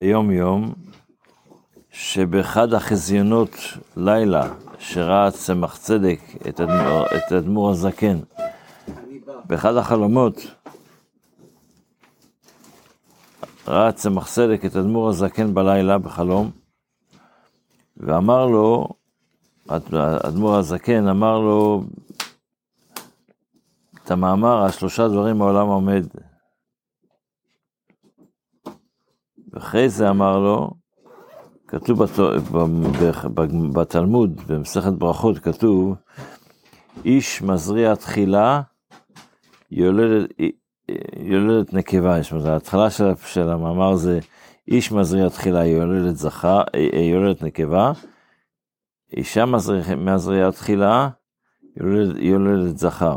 יום יום, שבאחד החזיונות לילה, שראה צמח צדק את אדמו"ר הזקן, באחד החלומות, ראה צמח צדק את אדמו"ר הזקן בלילה בחלום, ואמר לו, אדמו"ר הזקן אמר לו, את המאמר, השלושה דברים העולם עומד. ואחרי זה אמר לו, כתוב בתלמוד, במסכת ברכות, כתוב, איש מזריע תחילה, יולדת נקבה. זאת אומרת, ההתחלה של המאמר זה, איש מזריע תחילה, יולדת נקבה, אישה מזריעה תחילה, יולדת זכר.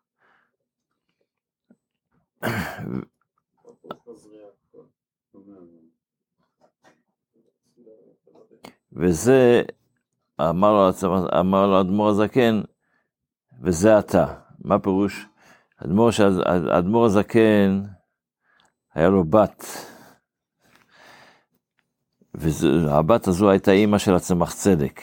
וזה, אמר לו אדמו"ר הזקן, וזה אתה. מה פירוש? אדמו"ר הזקן, היה לו בת, והבת הזו הייתה אימא של הצמח צדק.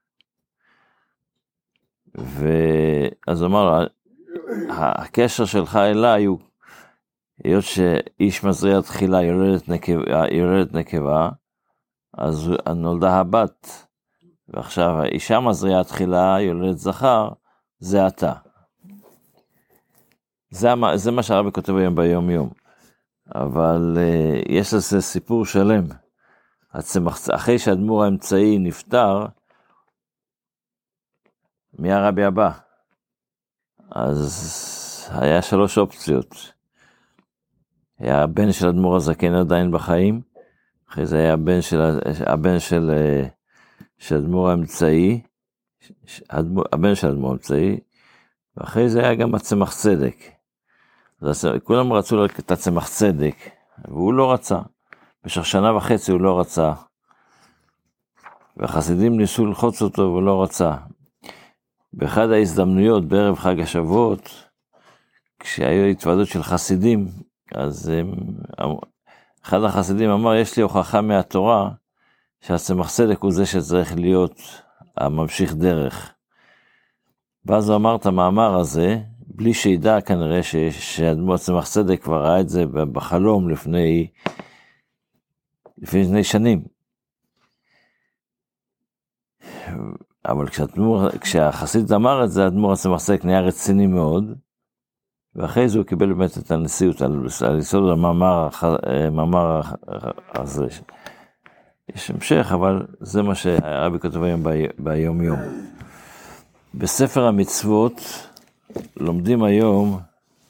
ואז אמר, הקשר שלך אליי הוא, היות שאיש מזריע תחילה יולדת נקבה, אז נולדה הבת, ועכשיו האישה מזריעה תחילה יולדת זכר, זה אתה. זה מה שהרבי כותב היום ביום יום. אבל יש לזה סיפור שלם. אחרי שהאדמו"ר האמצעי נפטר, מי הרבי הבא? אז היה 3 אופציות. היה הבן של אדמו"ר הזקן עדיין בחיים, אחרי זה היה הבן של אדמו"ר האמצעי, הבן של אדמו"ר האמצעי, ואחרי זה היה גם הצמח צדק. אז כולם רצו את הצמח צדק, והוא לא רצה. במשך 1.5 שנה הוא לא רצה. והחסידים ניסו ללחוץ אותו והוא לא רצה. באחד ההזדמנויות בערב חג השבועות, כשהיו התוועדות של חסידים, אז אחד החסידים אמר, יש לי הוכחה מהתורה, שהצמח צדק הוא זה שצריך להיות הממשיך דרך. ואז הוא אמר את המאמר הזה, בלי שידע כנראה שאדמו"ר צמח צדק כבר ראה את זה בחלום לפני 2 שנים. אבל כשהחסיד אמר את זה, אדמו"ר צמח צדק נהיה רציני מאוד, ואחרי זה הוא קיבל באמת את הנשיאות על יסוד המאמר הזה. יש המשך, אבל זה מה שהרבי כותב היום ביום יום. בספר המצוות לומדים היום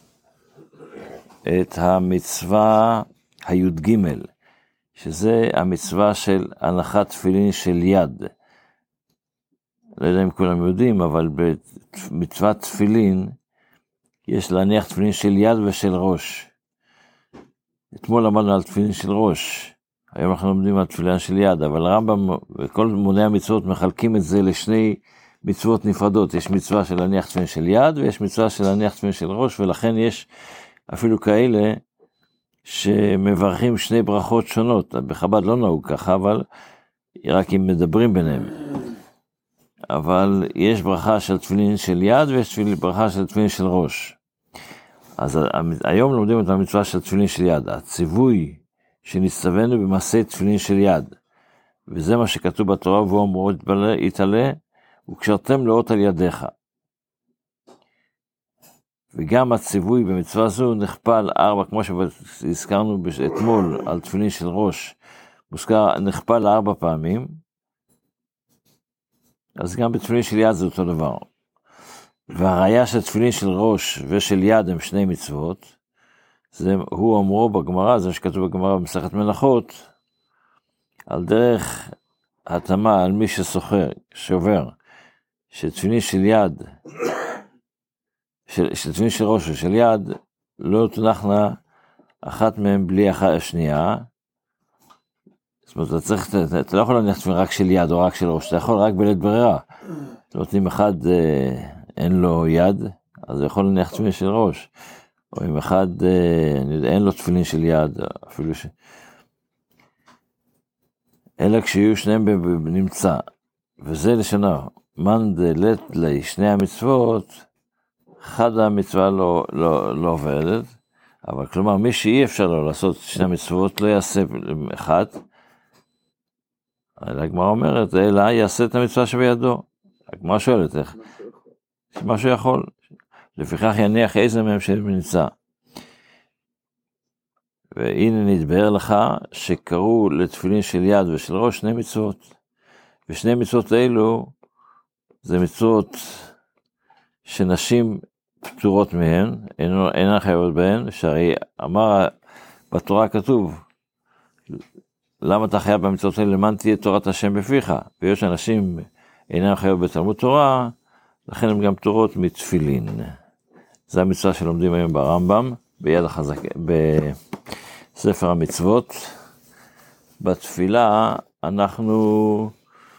את המצווה הי"ג, שזה המצווה של הנחת תפילין של יד. לא יודע אם כולם יודעים, אבל במצוות תפילין יש להניח תפילין של יד ושל ראש. אתמול למדנו על תפילין של ראש, היום אנחנו לומדים על תפילין של יד, אבל הרמב"ם וכל מוני המצוות מחלקים את זה לשני מצוות נפרדות. יש מצווה של להניח תפילין של יד, ויש מצווה של להניח תפילין של ראש, ולכן יש אפילו כאלה שמברכים 2 ברכות שונות. בחב"ד לא נהוג ככה, אבל רק אם מדברים ביניהם. אבל יש ברכה של תפילין של יד, ויש ברכה של תפילין של ראש. אז היום לומדים את המצווה של תפילין של יד. הציווי שנצטווינו במעשה תפילין של יד. וזה מה שכתוב בתורה, והוא אמרו יתעלה, וקשרתם לאות על ידיך. וגם הציווי במצווה זו נכפל 4, כמו שהזכרנו אתמול על תפילין של ראש, נכפל 4 פעמים, אז גם בתפילין של יד זה אותו דבר. והראיה של תפילין של ראש ושל יד הם 2 מצוות, הוא אמרו בגמרא, זה שכתוב בגמרא במסכת מלאכות, על דרך התאמה על מי שובר, שתפילין של יד, שתפילין של ראש ושל יד, לא תונחנה אחת מהם בלי השנייה. זאת אומרת, אתה לא יכול להניח תפילין רק של יד או רק של ראש, אתה יכול רק בלית ברירה. זאת אומרת, אם אחד אין לו יד, אז הוא יכול להניח תפילין של ראש. או אם אחד אין לו תפילין של יד, אפילו אלא כשיהיו שניהם בנמצא, וזה לשנה, מן דלת לי שני המצוות, חד המצווה לא עובדת, אבל כלומר, מי שאי אפשר לו לעשות שני המצוות, לא יעשה אחת, הגמרא אומרת, אלא יעשה את המצווה שבידו. הגמרא שואלת איך, מה שהוא יכול, לפיכך יניח איזה מהם שנמצא. והנה נתבהר לך שקראו לתפילין של יד ושל ראש שני מצוות, ושני מצוות האלו זה מצוות שנשים פטורות מהן, אינן חייבות בהן, שהרי אמר בתורה כתוב, למה אתה חייב במצוות האלה, למען תהיה תורת השם בפיך, ויש אנשים אינן חייבות בתלמוד תורה, לכן הן גם פטורות מתפילין. זה המצווה שלומדים היום ברמב"ם, ביד החזק, בספר המצוות. בתפילה אנחנו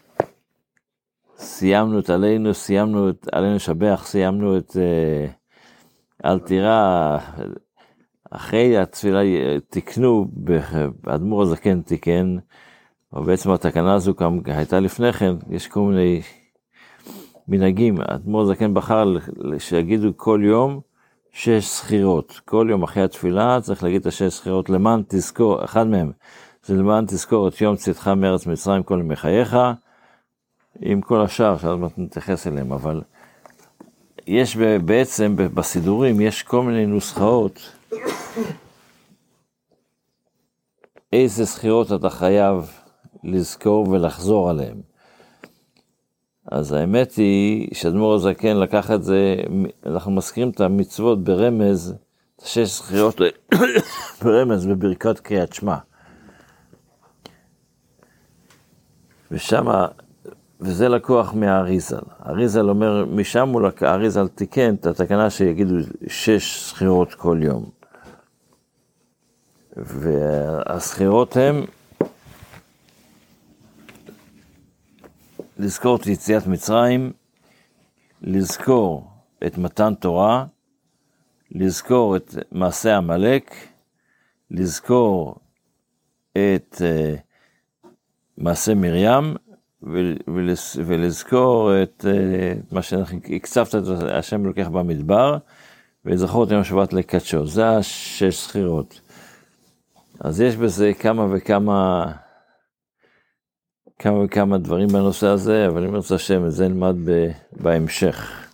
סיימנו את עלינו שבח, סיימנו את אל תירא, אחרי התפילה תיקנו, האדמו"ר הזקן תיקן, ובעצם התקנה הזו גם הייתה לפני כן, יש כל מיני מנהגים, האדמו"ר הזקן בחר שיגידו כל יום 6 סחירות, כל יום אחרי התפילה צריך להגיד את 6 סחירות, למען תזכור, אחד מהם, זה למען תזכור את יום צאתך מארץ מצרים כל ימי חייך, עם כל השאר, שעוד מעט נתייחס אליהם, אבל יש בעצם בסידורים, יש כל מיני נוסחאות, איזה סחירות אתה חייב לזכור ולחזור עליהם. אז האמת היא שאדמו"ר הזקן לקח את זה, אנחנו מזכירים את המצוות ברמז, את 6 סחירות ברמז בברכת קריאת שמע. ושמה, וזה לקוח מהאריזל. האריזל אומר, משם האריזל תיקן את התקנה שיגידו 6 סחירות כל יום. והסחירות הם לזכור את יציאת מצרים, לזכור את מתן תורה, לזכור את מעשה עמלק, לזכור את מעשה מרים, ולזכור את מה שהקצבת את השם לוקח במדבר, ולזכור את יום השבת לקדשו. זה 6 סחירות. אז יש בזה כמה וכמה דברים בנושא הזה, אבל אם רוצה השם, את זה נלמד בהמשך.